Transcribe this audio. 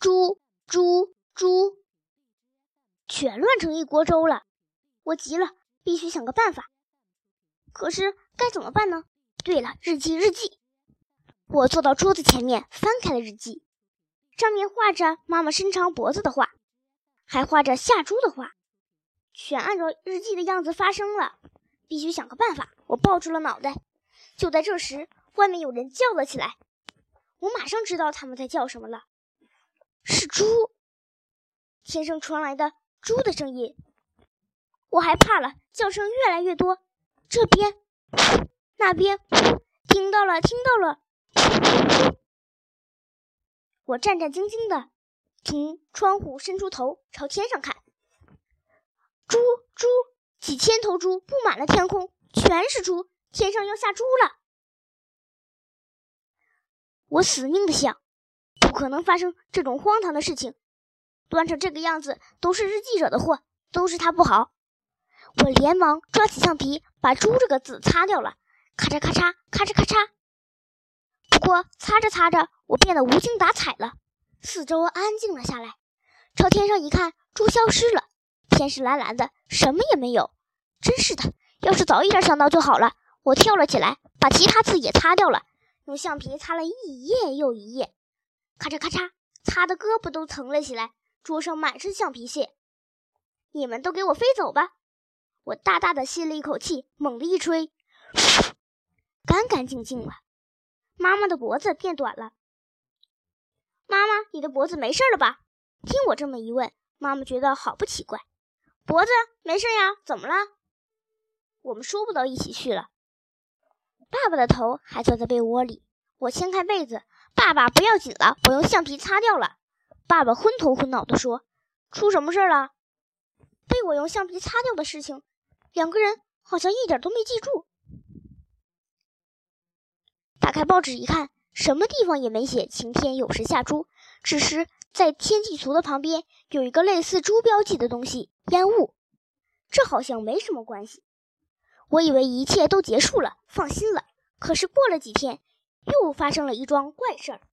猪猪猪，全乱成一锅粥了。我急了，必须想个办法。可是该怎么办呢？对了，日记。我坐到桌子前面，翻开了日记，上面画着妈妈伸长脖子的画，还画着下猪的画，全按照日记的样子发生了。必须想个办法。我抱住了脑袋。就在这时，外面有人叫了起来。我马上知道他们在叫什么了，是猪。天上传来的猪的声音，我害怕了，叫声越来越多，这边那边，听到了。我战战兢兢地从窗户伸出头朝天上看，猪，几千头猪布满了天空，全是猪，天上要下猪了。我死命地想，不可能发生这种荒唐的事情，端成这个样子都是日记者的祸，都是他不好。我连忙抓起橡皮，把猪这个字擦掉了，咔嚓咔嚓。不过擦着我变得无精打采了，四周安静了下来。朝天上一看，猪消失了，天是蓝蓝的，什么也没有。真是的，要是早一点想到就好了。我跳了起来，把其他字也擦掉了，用橡皮擦了一页又一页，咔嚓，擦的胳膊都疼了起来，桌上满是橡皮屑。你们都给我飞走吧！我大大的吸了一口气，猛地一吹，干净了。妈妈的脖子变短了。妈妈，你的脖子没事了吧？听我这么一问，妈妈觉得好不奇怪。脖子没事呀，怎么了？我们说不到一起去了。爸爸的头还坐在被窝里，我掀开被子，爸爸不要紧了，我用橡皮擦掉了。爸爸昏头昏脑地说，出什么事了？被我用橡皮擦掉的事情，两个人好像一点都没记住。打开报纸一看，什么地方也没写晴天有时下猪，只是在天气图的旁边有一个类似猪标记的东西，烟雾。这好像没什么关系。我以为一切都结束了，放心了。可是过了几天，又发生了一桩怪事儿。